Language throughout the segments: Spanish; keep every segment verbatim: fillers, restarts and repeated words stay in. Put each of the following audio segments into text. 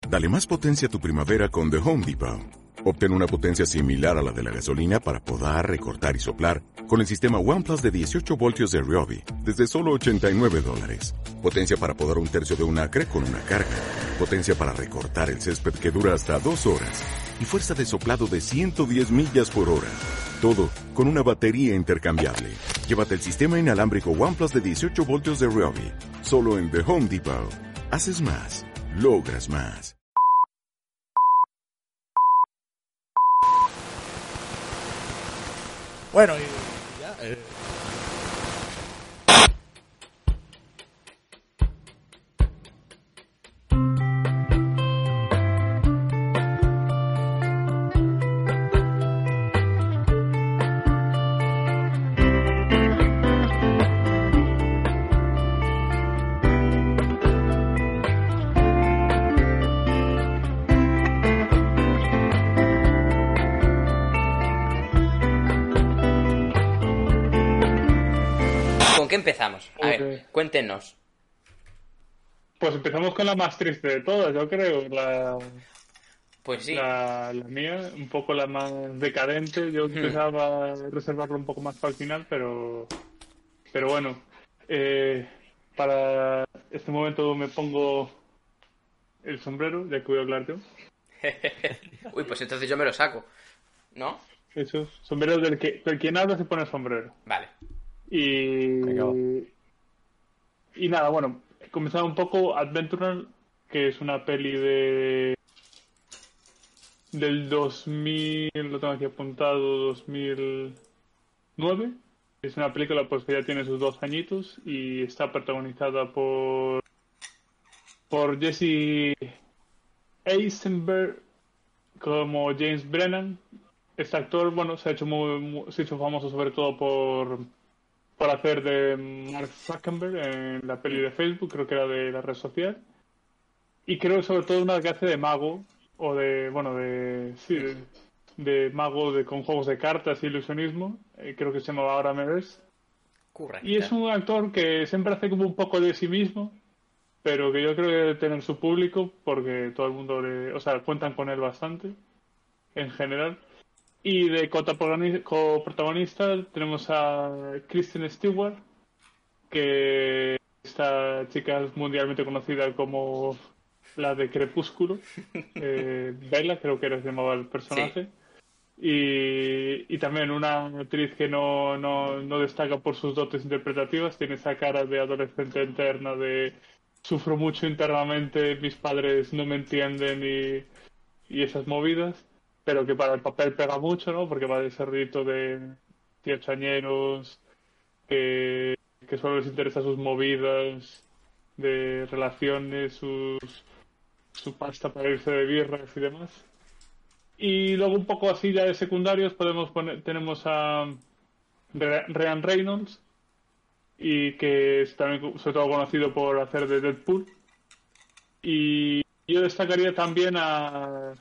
Dale más potencia a tu primavera con The Home Depot. Obtén una potencia similar a la de la gasolina para podar, recortar y soplar con el sistema OnePlus de dieciocho voltios de Ryobi desde solo ochenta y nueve dólares. Potencia para podar un tercio de un acre con una carga. Potencia para recortar el césped que dura hasta dos horas. Y fuerza de soplado de ciento diez millas por hora. Todo con una batería intercambiable. Llévate el sistema inalámbrico OnePlus de dieciocho voltios de Ryobi. Solo en The Home Depot. Haces más. Logras más. Bueno, y ya... Eh. ¿Qué empezamos? A okay. ver, cuéntenos. Pues empezamos con la más triste de todas, yo creo. La, pues sí. La, la mía, un poco la más decadente. Yo empezaba hmm. a reservarlo un poco más para el final, pero pero bueno. Eh, para este momento me pongo el sombrero, ya que voy a hablar yo. Uy, pues entonces yo me lo saco, ¿no? Eso, sombrero del que del quien habla se pone el sombrero. Vale. Y, y nada, bueno, comenzaba un poco Adventural, que es una peli de del dos mil, lo tengo aquí apuntado, dos mil nueve. Es una película pues que ya tiene sus dos añitos y está protagonizada por por Jesse Eisenberg como James Brennan. Este actor, bueno, se ha hecho muy, muy se ha hecho famoso sobre todo por por hacer de Mark Zuckerberg en la peli de Facebook, creo que era de la red social. Y creo sobre todo una que hace de mago, o de, bueno, de, sí, de, de mago de, con juegos de cartas y ilusionismo, eh, creo que se llama Ahora me ves. Correcto. Y es un actor que siempre hace como un poco de sí mismo, pero que yo creo que debe tener su público, porque todo el mundo le, o sea, cuentan con él bastante, en general. Y de coprotagonista tenemos a Kristen Stewart, que esta chica es mundialmente conocida como la de Crepúsculo. Eh, Bella, creo que era, se llamaba el personaje. Sí. Y, y también una actriz que no, no, no destaca por sus dotes interpretativas, tiene esa cara de adolescente interna de sufro mucho internamente, mis padres no me entienden y, y esas movidas. Pero que para el papel pega mucho, ¿no? Porque va de ese rito de dieciochoañeros que, que solo les interesa sus movidas de relaciones, sus, su pasta para irse de birras y demás. Y luego un poco así ya de secundarios podemos poner, tenemos a Ryan Reynolds, y que es también sobre todo conocido por hacer de Deadpool. Y yo destacaría también a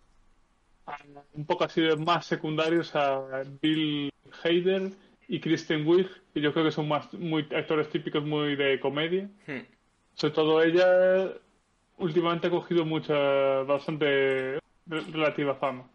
un poco así de más secundarios a Bill Hader y Kristen Wiig, que yo creo que son más muy actores típicos muy de comedia. Hmm. Sobre todo ella últimamente ha cogido mucha, bastante relativa fama.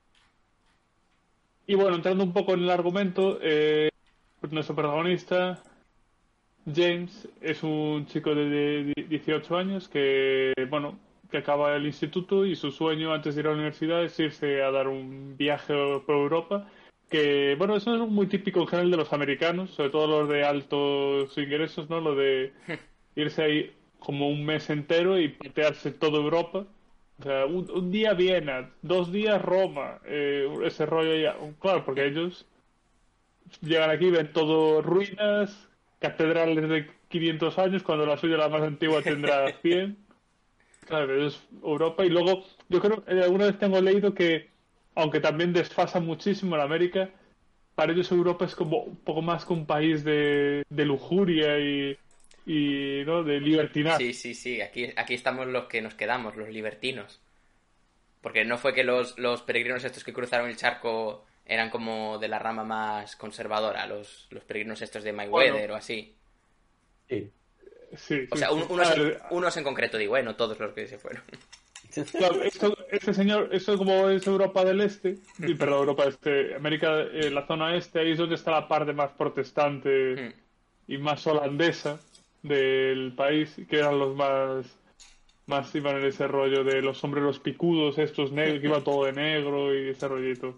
Y bueno, entrando un poco en el argumento, eh, nuestro protagonista James es un chico de dieciocho años que, bueno, que acaba el instituto y su sueño antes de ir a la universidad es irse a dar un viaje por Europa, que, bueno, eso es muy típico en general de los americanos, sobre todo los de altos ingresos, ¿no? Lo de irse ahí como un mes entero y patearse toda Europa. O sea, un, un día Viena, dos días Roma, eh, ese rollo ya. Claro, porque ellos llegan aquí, ven todo ruinas, catedrales de quinientos años, cuando la suya, la más antigua, tendrá cien. Claro, es Europa. Y luego, yo creo, eh, alguna vez tengo leído que, aunque también desfasa muchísimo en América, para ellos Europa es como un poco más que un país de, de lujuria y, y ¿no? de libertinaje. Sí, sí, sí. Aquí, aquí estamos los que nos quedamos, los libertinos. Porque no fue que los, los peregrinos estos que cruzaron el charco eran como de la rama más conservadora, los, los peregrinos estos de Mayweather bueno, o así. Sí. Sí, o sea, sí, un, sí. Unos, ver, unos en concreto, digo, ¿eh? No todos los que se fueron. Claro, esto, este señor, esto como es Europa del Este, y, perdón, Europa del Este, América, eh, la zona este, ahí es donde está la parte más protestante y más holandesa del país, que eran los más, más iban en ese rollo de los sombreros picudos, estos negros, que iba todo de negro y ese rollito.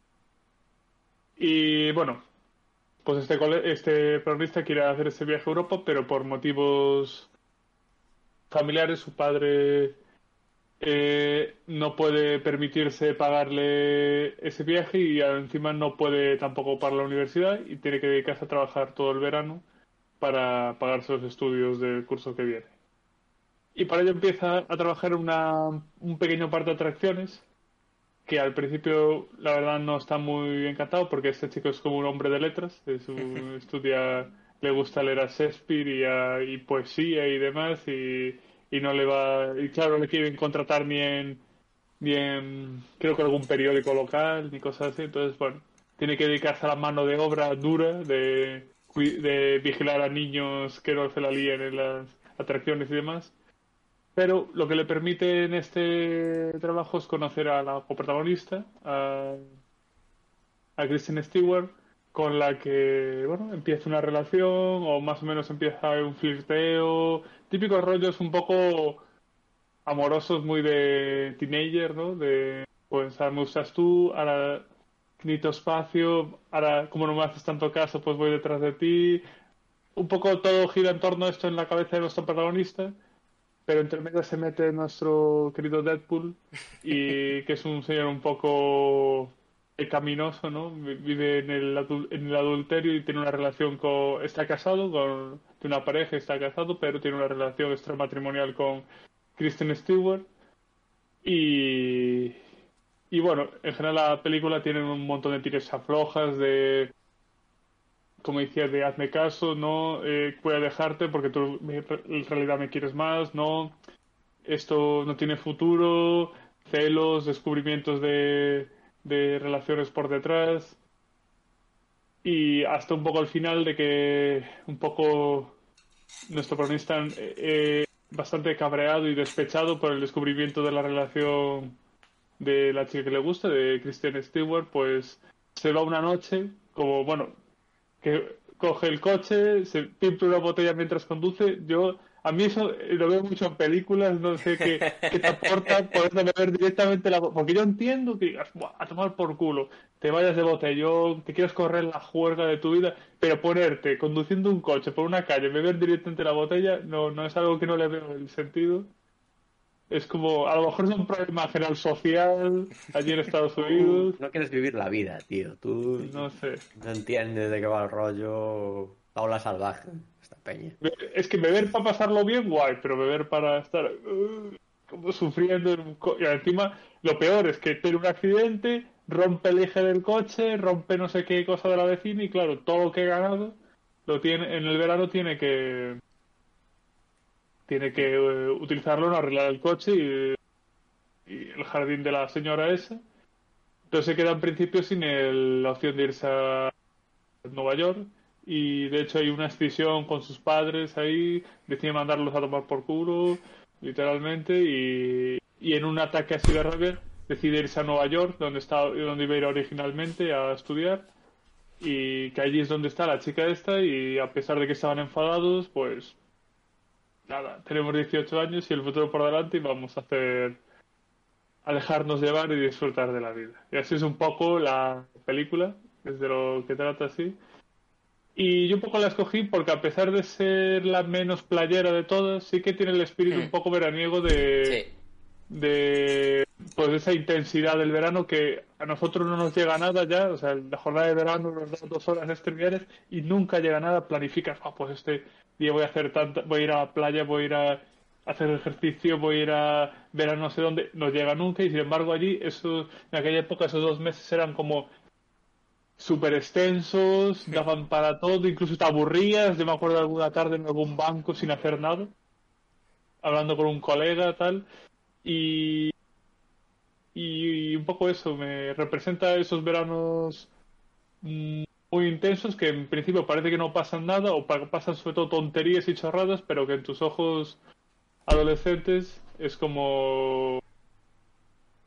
Y bueno, pues este, cole- este peronista quiere hacer ese viaje a Europa, pero por motivos familiares, su padre eh, no puede permitirse pagarle ese viaje y encima no puede tampoco pagar la universidad y tiene que dedicarse a trabajar todo el verano para pagarse los estudios del curso que viene. Y para ello empieza a trabajar en una, un pequeño par de atracciones que al principio la verdad no está muy encantado porque este chico es como un hombre de letras, es un- estudia, le gusta leer a Shakespeare y, a- y poesía y demás y, y no le va, y claro, le quieren contratar ni en, ni en, creo que algún periódico local ni cosas así, entonces bueno, tiene que dedicarse a la mano de obra dura de, cui- de vigilar a niños que no se la líen en las atracciones y demás. Pero lo que le permite en este trabajo es conocer a la coprotagonista, a, a Kristen Stewart, con la que, bueno, empieza una relación o más o menos empieza un flirteo, típicos rollos un poco amorosos, muy de teenager, ¿no? De, pues, ahora me gustas tú, ahora necesito espacio, ahora como no me haces tanto caso, pues voy detrás de ti. Un poco todo gira en torno a esto en la cabeza de nuestro protagonista pero entre medio se mete nuestro querido Deadpool y que es un señor un poco pecaminoso, ¿no? Vi- Vive en el, adul- en el adulterio y tiene una relación con... Está casado con... Tiene una pareja, está casado, pero tiene una relación extramatrimonial con Kristen Stewart y... Y bueno, en general la película tiene un montón de tires aflojas, de como decía, de hazme caso, no eh, voy a dejarte porque tú me- en realidad me quieres más, no, esto no tiene futuro, celos, descubrimientos de, de relaciones por detrás y hasta un poco al final de que un poco nuestro protagonista eh, eh, bastante cabreado y despechado por el descubrimiento de la relación de la chica que le gusta, de Kristen Stewart, pues se va una noche, como bueno, que coge el coche, se pimpla una botella mientras conduce. Yo, a mí eso eh, lo veo mucho en películas, no sé qué, qué te aporta poder beber directamente la bo- porque yo entiendo que digas, "Buah, a tomar por culo, te vayas de botellón, te quieres correr la juerga de tu vida, pero ponerte conduciendo un coche por una calle, beber directamente la botella, no, no es algo que no le veo el sentido. Es como, a lo mejor es un problema general social allí en Estados Tú Unidos, no quieres vivir la vida, tío. Tú no sé. no entiendes de qué va el rollo. Paula salvaje, esta peña. Es que beber para pasarlo bien, guay, pero beber para estar uh, como sufriendo en un co- y encima lo peor es que tiene un accidente, rompe el eje del coche, rompe no sé qué cosa de la vecina y claro, todo lo que he ganado lo tiene en el verano tiene que tiene que eh, utilizarlo en arreglar el coche y, y el jardín de la señora esa. Entonces se queda en principio sin el- la opción de irse a Nueva York y de hecho hay una escisión con sus padres ahí, decide mandarlos a tomar por culo, literalmente, y, y en un ataque así de rabia decide irse a Nueva York, donde está, donde iba a ir originalmente a estudiar, y que allí es donde está la chica esta, y a pesar de que estaban enfadados, pues nada, tenemos dieciocho años y el futuro por delante y vamos a hacer a dejarnos llevar y disfrutar de la vida. Y así es un poco la película, es de lo que trata así. Y yo un poco la escogí porque a pesar de ser la menos playera de todas, sí que tiene el espíritu un Hmm. poco veraniego de, Sí. de pues esa intensidad del verano que a nosotros no nos llega nada ya, o sea, la jornada de verano nos da dos horas exteriores y nunca llega nada, planificas, ah, pues este día voy a hacer tanta, voy a ir a la playa, voy a ir a hacer ejercicio, voy a ir a ver a no sé dónde, no llega nunca y sin embargo allí, eso, en aquella época esos dos meses eran como súper extensos, daban para todo, incluso te aburrías, yo me acuerdo de alguna tarde en algún banco sin hacer nada, hablando con un colega, tal, y, y un poco eso, me representa esos veranos mm, muy intensos que en principio parece que no pasan nada, o pa- pasan sobre todo tonterías y chorradas, pero que en tus ojos adolescentes es como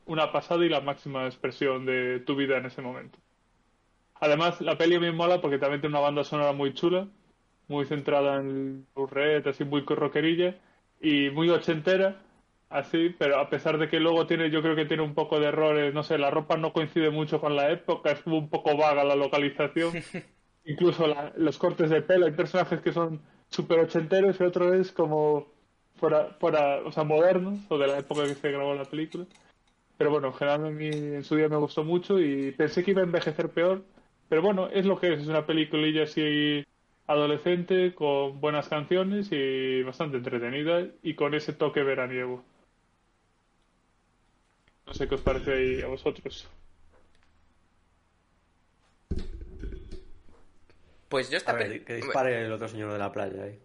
una pasada y la máxima expresión de tu vida en ese momento. Además, la peli me mola porque también tiene una banda sonora muy chula, muy centrada en los red, así muy rockerilla y muy ochentera, así, pero a pesar de que luego tiene, yo creo que tiene un poco de errores, no sé, la ropa no coincide mucho con la época, es como un poco vaga la localización, incluso la, los cortes de pelo, hay personajes que son súper ochenteros y otro es como fuera, fuera, o sea, modernos, o de la época que se grabó la película. Pero bueno, en general a mí en su día me gustó mucho y pensé que iba a envejecer peor. Pero bueno, es lo que es, es una peliculilla así adolescente, con buenas canciones y bastante entretenida y con ese toque veraniego. No sé qué os parece ahí a vosotros. Pues yo A esta ver, peli... que dispare el otro señor de la playa ahí.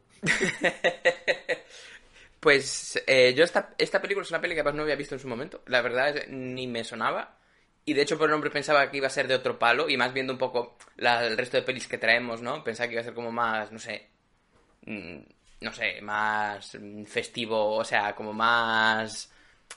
Pues eh, yo esta, esta película es una peli que además no había visto en su momento. La verdad es que ni me sonaba. Y de hecho por el nombre pensaba que iba a ser de otro palo. Y más viendo un poco la, el resto de pelis que traemos, ¿no? Pensaba que iba a ser como más, no sé... Mmm, no sé, más festivo. O sea, como más...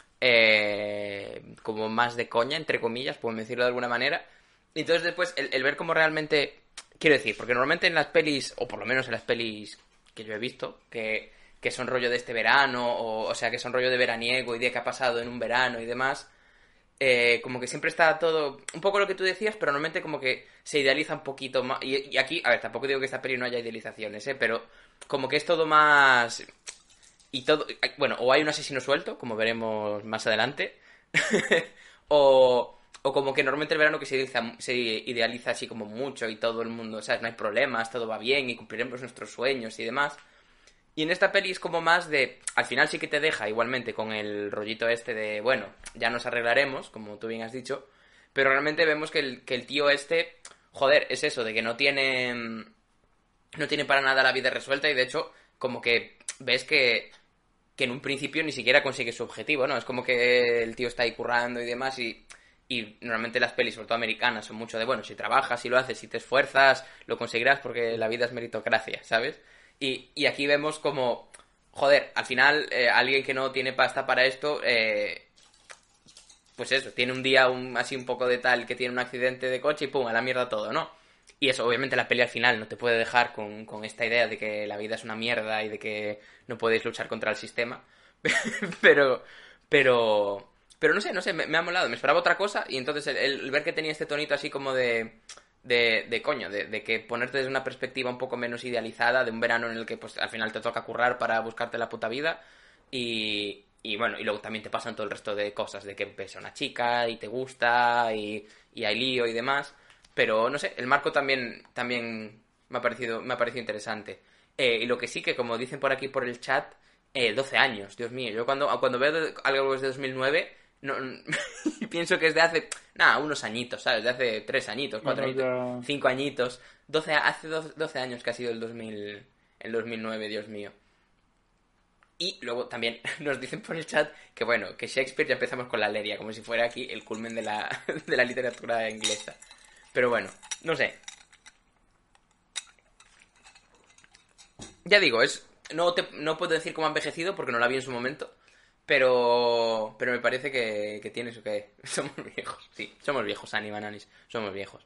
Eh, como más de coña, entre comillas, por decirlo de alguna manera. Y entonces después el, el ver cómo realmente... Quiero decir, porque normalmente en las pelis, o por lo menos en las pelis que yo he visto, que, que son rollo de este verano, o, o sea, que son rollo de veraniego y de qué ha pasado en un verano y demás, eh, como que siempre está todo, un poco lo que tú decías, pero normalmente como que se idealiza un poquito más. Y, y aquí, a ver, tampoco digo que esta peli no haya idealizaciones, ¿eh? Pero como que es todo más... Y todo, bueno, o hay un asesino suelto, como veremos más adelante, o... O como que normalmente el verano que se idealiza, se idealiza así como mucho y todo el mundo, ¿sabes? No hay problemas, todo va bien y cumpliremos nuestros sueños y demás. Y en esta peli es como más de... Al final sí que te deja igualmente con el rollito este de, bueno, ya nos arreglaremos, como tú bien has dicho. Pero realmente vemos que el, que el tío este, joder, es eso, de que no tiene... No tiene para nada la vida resuelta y de hecho como que ves que... Que en un principio ni siquiera consigue su objetivo, ¿no? Es como que el tío está ahí currando y demás y... Y normalmente las pelis, sobre todo americanas, son mucho de, bueno, si trabajas, si lo haces, si te esfuerzas, lo conseguirás porque la vida es meritocracia, ¿sabes? Y, y aquí vemos como, joder, al final, eh, alguien que no tiene pasta para esto, eh, pues eso, tiene un día un, así un poco de tal que tiene un accidente de coche y pum, a la mierda todo, ¿no? Y eso, obviamente la peli al final no te puede dejar con, con esta idea de que la vida es una mierda y de que no puedes luchar contra el sistema, pero... pero... Pero no sé, no sé, me, me ha molado. Me esperaba otra cosa y entonces el, el ver que tenía este tonito así como de... De, de coño, de, de que ponerte desde una perspectiva un poco menos idealizada, de un verano en el que pues al final te toca currar para buscarte la puta vida y, y bueno, y luego también te pasan todo el resto de cosas, de que ves a una chica y te gusta y, y hay lío y demás, pero no sé, el marco también, también me ha parecido, me ha parecido interesante. Eh, y lo que sí que, como dicen por aquí por el chat, eh, doce años, Dios mío, yo cuando, cuando veo de, algo desde dos mil nueve... No, pienso que es de hace, nada, unos añitos, ¿sabes? De hace tres añitos, cuatro Bueno, añitos, ya... cinco añitos, doce, hace doce años que ha sido el dos mil, el dos mil nueve, Dios mío. Y luego también nos dicen por el chat que bueno, que Shakespeare ya empezamos con la Leria, como si fuera aquí el culmen de la, de la literatura inglesa. Pero bueno, no sé. Ya digo, es no, te, no puedo decir cómo ha envejecido porque no la vi en su momento. Pero pero me parece que, que tiene eso que... Somos viejos, sí. Somos viejos, Ani Bananis. Somos viejos.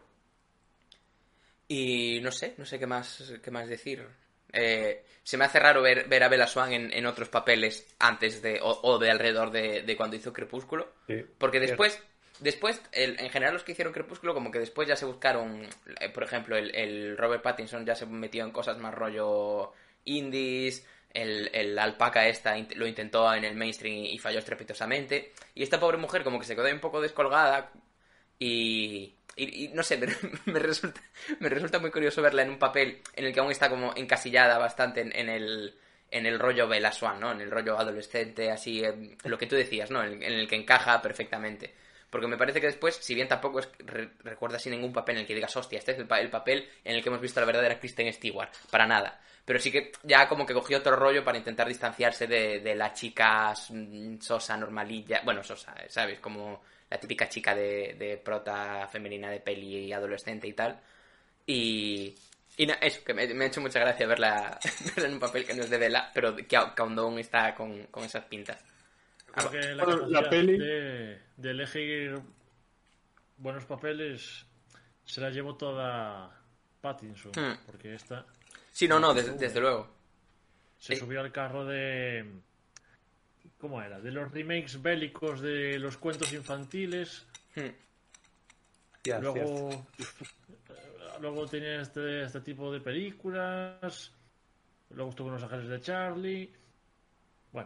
Y no sé, no sé qué más, qué más decir. Eh, se me hace raro ver, ver a Bella Swan en, en otros papeles antes de... O, o de alrededor de, de cuando hizo Crepúsculo. Sí. Porque después... Después, el, en general los que hicieron Crepúsculo como que después ya se buscaron... Eh, por ejemplo, el, el Robert Pattinson ya se metió en cosas más rollo indies... El, el alpaca esta lo intentó en el mainstream y falló estrepitosamente. Y esta pobre mujer como que se quedó ahí un poco descolgada. Y, y, y no sé, me, me, resulta, me resulta muy curioso verla en un papel en el que aún está como encasillada bastante en, en el en el rollo Bella Swan, ¿no? En el rollo adolescente, así, en lo que tú decías, ¿no? En, en el que encaja perfectamente. Porque me parece que después, si bien tampoco es, re, recuerda sin ningún papel en el que digas, hostia, este es el, el papel en el que hemos visto a la verdadera Kristen Stewart. Para nada. Pero sí que ya como que cogió otro rollo para intentar distanciarse de, de la chica sosa, normalilla. Bueno, sosa, ¿sabes? Como la típica chica de, de prota femenina de peli y adolescente y tal. Y... Y no, eso, que me, me ha hecho mucha gracia verla, verla en un papel que no es de Bella, pero que, que aún está con, con esas pintas. Creo que la Bueno, capacidad la peli- de, de elegir buenos papeles se la llevó toda Pattinson, Hmm. porque esta Sí, no, no, desde, desde luego. se Eh. subió al carro de... ¿Cómo era? De los remakes bélicos de los cuentos infantiles. Hmm. Ya, cierto. Luego, luego tenía este, este tipo de películas. Luego estuvo en Los Ángeles de Charlie. Bueno.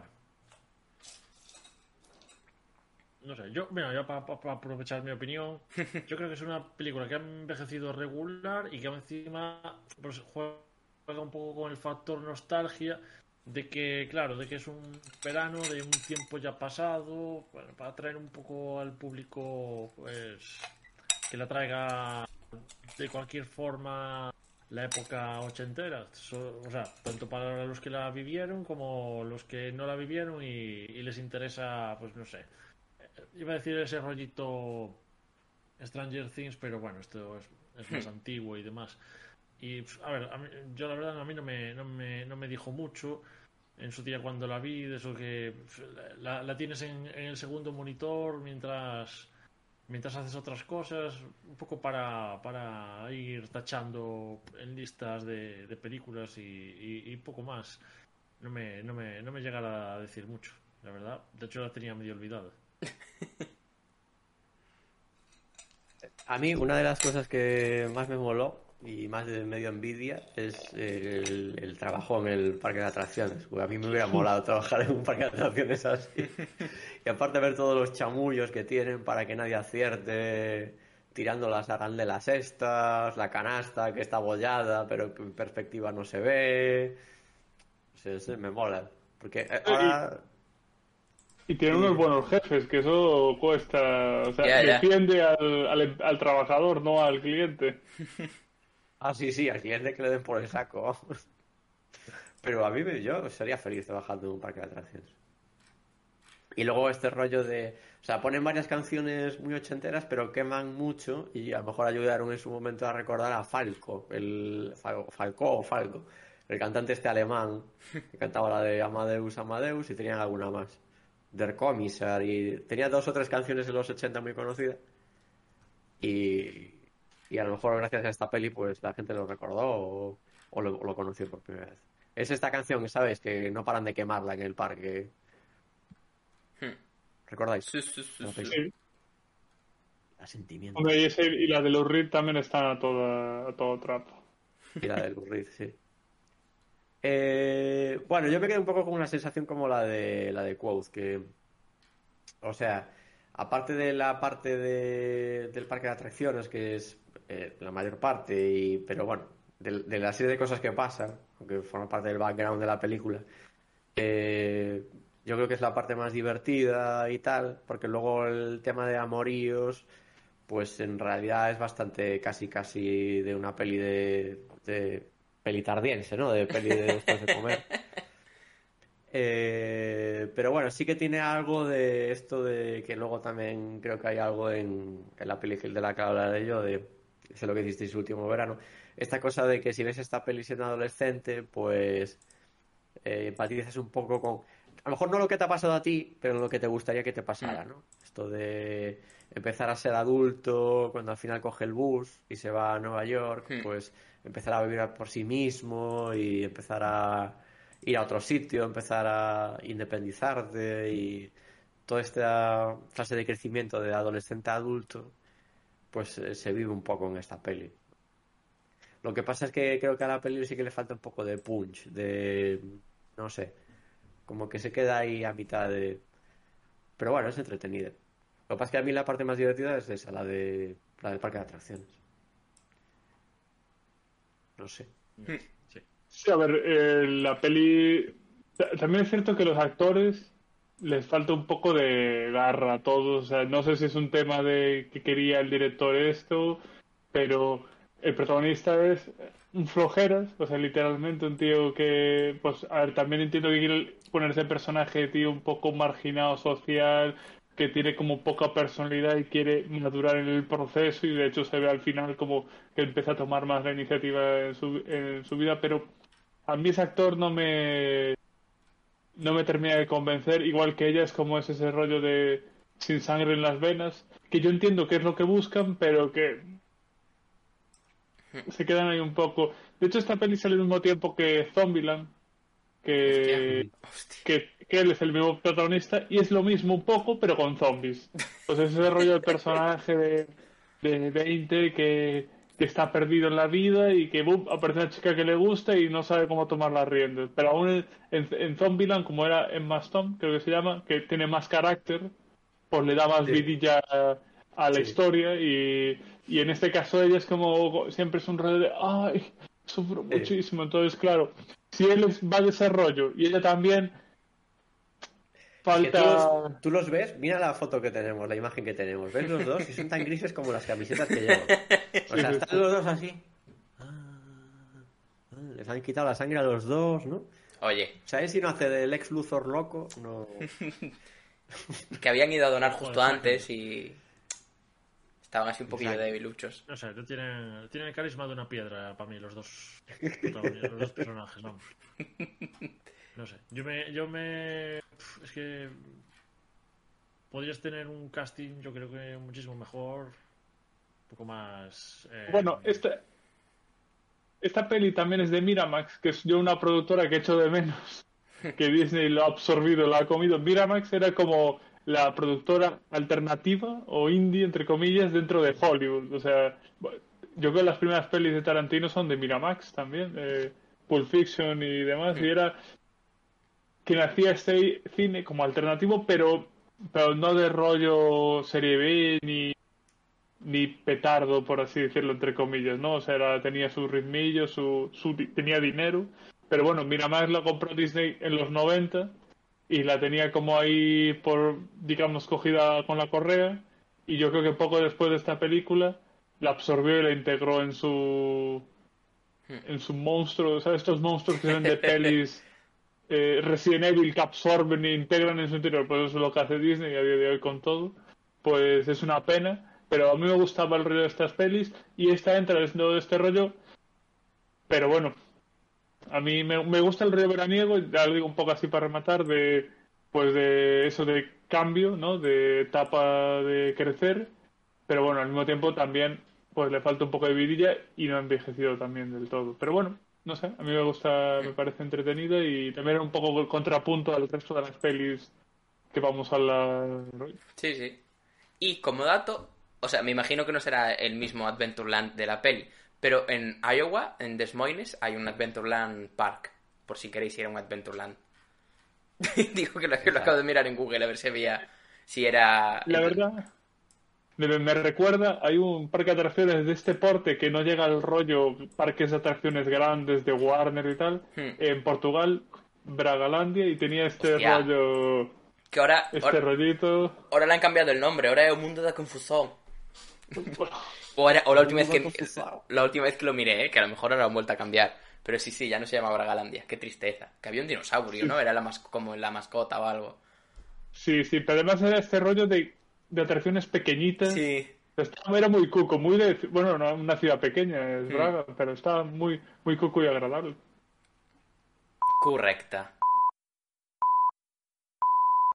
No sé, yo, mira, ya para aprovechar mi opinión, yo creo que es una película que ha envejecido regular y que encima pues, juega un poco con el factor nostalgia de que, claro, de que es un verano de un tiempo ya pasado, bueno, para atraer un poco al público, pues, que la traiga de cualquier forma la época ochentera, so, o sea, tanto para los que la vivieron como los que no la vivieron y, y les interesa, pues no sé, iba a decir ese rollito Stranger Things, pero bueno, esto es, es más antiguo y demás. Y pues, a ver, a mí, yo la verdad a mí no me, no me, no me dijo mucho en su día cuando la vi, de eso que la, la tienes en, en el segundo monitor mientras mientras haces otras cosas, un poco para, para ir tachando en listas de, de películas y, y, y poco más. No me, no, me, no me llegara a decir mucho, la verdad. De hecho la tenía medio olvidada. A mí una de las cosas que más me moló y más de medio envidia es el, el trabajo en el parque de atracciones. Porque a mí me hubiera molado trabajar en un parque de atracciones así. Y aparte ver todos los chamullos que tienen para que nadie acierte, tirando las arandelas estas, la canasta que está abollada pero que en perspectiva no se ve. O sea, ese me mola. Porque ahora... Y tiene Sí. unos buenos jefes, que eso cuesta. O sea, Ya, ya. defiende al, al, al trabajador, no al cliente. Ah, sí, sí, al cliente que le den por el saco. Pero a mí me- yo sería feliz trabajando en un parque de atracciones. Y luego este rollo de... O sea, ponen varias canciones muy ochenteras, pero queman mucho y a lo mejor ayudaron en su momento a recordar a Falco, el Fal- Falco o Falco, el cantante este alemán que cantaba la de Amadeus, Amadeus y tenían alguna más. Der Kommissar y tenía dos o tres canciones en los ochenta muy conocidas y, y a lo mejor gracias a esta peli pues la gente lo recordó o, o lo, o lo conoció por primera vez. Es esta canción, ¿sabes? Que no paran de quemarla en el parque. Hmm. ¿Recordáis? Sí, sí, sí, La sí. película. Sí. La sentimiento. Hombre, y, ese, y la de los Reed también están a, toda, a todo trapo. Y la del Burrid, sí. Eh, bueno, yo me quedé un poco con una sensación como la de la de Quoth, que, o sea, aparte de la parte de- del parque de atracciones, que es eh, la mayor parte, y, pero bueno, de, de la serie de cosas que pasan, aunque forma parte del background de la película, eh, yo creo que es la parte más divertida y tal, porque luego el tema de amoríos, pues en realidad es bastante casi casi de una peli de, de peli tardiense, ¿no? De peli de después de comer. Eh, pero bueno, sí que tiene algo de esto de que luego también creo que hay algo en, en la peli de la que hablaré yo, de sé lo que hicisteis el último verano. Esta cosa de que si ves esta peli siendo adolescente, pues eh, empatizas un poco con, a lo mejor no lo que te ha pasado a ti, pero lo que te gustaría que te pasara, ¿no? Esto de empezar a ser adulto, cuando al final coge el bus y se va a Nueva York, Hmm. pues empezar a vivir por sí mismo y empezar a ir a otro sitio, empezar a independizarte y toda esta fase de crecimiento de adolescente a adulto, pues eh, se vive un poco en esta peli. Lo que pasa es que creo que a la peli sí que le falta un poco de punch, de, no sé, como que se queda ahí a mitad de... Pero bueno, es entretenida. Lo que pasa es que a mí la parte más divertida es esa, la de la del parque de atracciones. No sé. Sí. Sí, a ver, eh, la peli... ta- También es cierto que los actores les falta un poco de garra a todos. O sea, no sé si es un tema de que quería el director esto, pero el protagonista es un flojeras, o sea, literalmente un tío que, pues, a ver, también entiendo que quiere ponerse personaje, tío, un poco marginado social, que tiene como poca personalidad y quiere madurar en el proceso y de hecho se ve al final como que empieza a tomar más la iniciativa en su, en su vida, pero a mí ese actor no me no me termina de convencer, igual que ella es como es ese rollo de sin sangre en las venas, que yo entiendo qué es lo que buscan, pero que se quedan ahí un poco. De hecho, esta peli sale al mismo tiempo que Zombieland, que, Hostia. que, que él es el mismo protagonista y es lo mismo un poco, pero con zombies. Pues ese rollo del personaje de, de veinte que, que está perdido en la vida y que boom, aparece una chica que le gusta y no sabe cómo tomar las riendas. Pero aún en, en, en Zombieland, como era Emma Stone, creo que se llama, que tiene más carácter, pues le da más Sí. vidilla a, a la Sí. historia y, y en este caso ella es como siempre es un rollo de ay, sufro Sí. muchísimo. Entonces, claro, si él es- va a desarrollo y ella también, Es que tú falta... los, tú los ves, mira la foto que tenemos, la imagen que tenemos. ¿Ves los dos? Y son tan grises como las camisetas que llevo. O sea, Sí, sí, están sí. los dos así. Ah, ah, les han quitado la sangre a los dos, ¿no? Oye, ¿Sabes si no hace del ex Luthor loco? No. que habían ido a donar justo Joder, antes y estaban así un poquillo Exacto. debiluchos. No sé, tienen, tienen el carisma de una piedra para mí los dos protagonistas, los dos personajes, vamos. No sé, yo me, yo me, pf, es que podrías tener un casting, yo creo que muchísimo mejor, un poco más. eh, Bueno, esta, esta peli también es de Miramax, que es yo una productora que echo de menos, que Disney lo ha absorbido, lo ha comido. Miramax era como la productora alternativa o indie, entre comillas, dentro de Hollywood. O sea, bueno, yo creo que las primeras pelis de Tarantino son de Miramax también, eh, Pulp Fiction y demás, y era quien hacía este cine como alternativo, pero, pero no de rollo serie B ni ni petardo, por así decirlo, entre comillas, ¿no? O sea, era- tenía su ritmillo, su, su di- tenía dinero, pero bueno, Miramax la compró Disney en los noventa y la tenía como ahí por, digamos, cogida con la correa y yo creo que poco después de esta película la absorbió y la integró en su en su monstruo, ¿sabes? Estos monstruos que se ven de pelis eh, Resident Evil que absorben e integran en su interior, pues eso es lo que hace Disney a día de hoy con todo, pues es una pena, pero a mí me gustaba el rollo de estas pelis y esta entra dentro de este rollo, pero bueno, a mí me, me gusta el rollo veraniego, ya lo digo un poco así para rematar, de pues de eso de cambio, ¿no? De etapa de crecer, pero bueno, al mismo tiempo también pues le falta un poco de vidilla y no ha envejecido también del todo. Pero bueno, no sé, a mí me gusta, me parece entretenida y también un poco el contrapunto al resto de las pelis que vamos a hablar hoy. Sí, sí. Y como dato, o sea, me imagino que no será el mismo Adventureland de la peli, pero en Iowa, en Des Moines, hay un Adventureland Park, por si queréis ir a un Adventureland. Digo que lo, que lo acabo de mirar en Google a ver si había, si era... La verdad, me, me recuerda, hay un parque de atracciones de este porte que no llega al rollo parques de atracciones grandes de Warner y tal, Hmm. en Portugal, Bragalandia, y tenía este Hostia. rollo, Que ahora, este ahora, rollito. ahora le han cambiado el nombre, ahora es un mundo de confusión. O, era- o la, última vez que, la última vez que lo miré, ¿eh? Que a lo mejor ahora lo han vuelto a cambiar. Pero sí, sí, ya no se llama Bragalandia. Qué tristeza. Que había un dinosaurio, ¿no? Era la mas- como la mascota o algo. Sí, sí, pero además era este rollo de, de atracciones pequeñitas. Sí. Estaba, era muy cuco, muy de, bueno, no una ciudad pequeña, es Hmm. Braga, pero estaba muy, muy cuco y agradable. Correcta.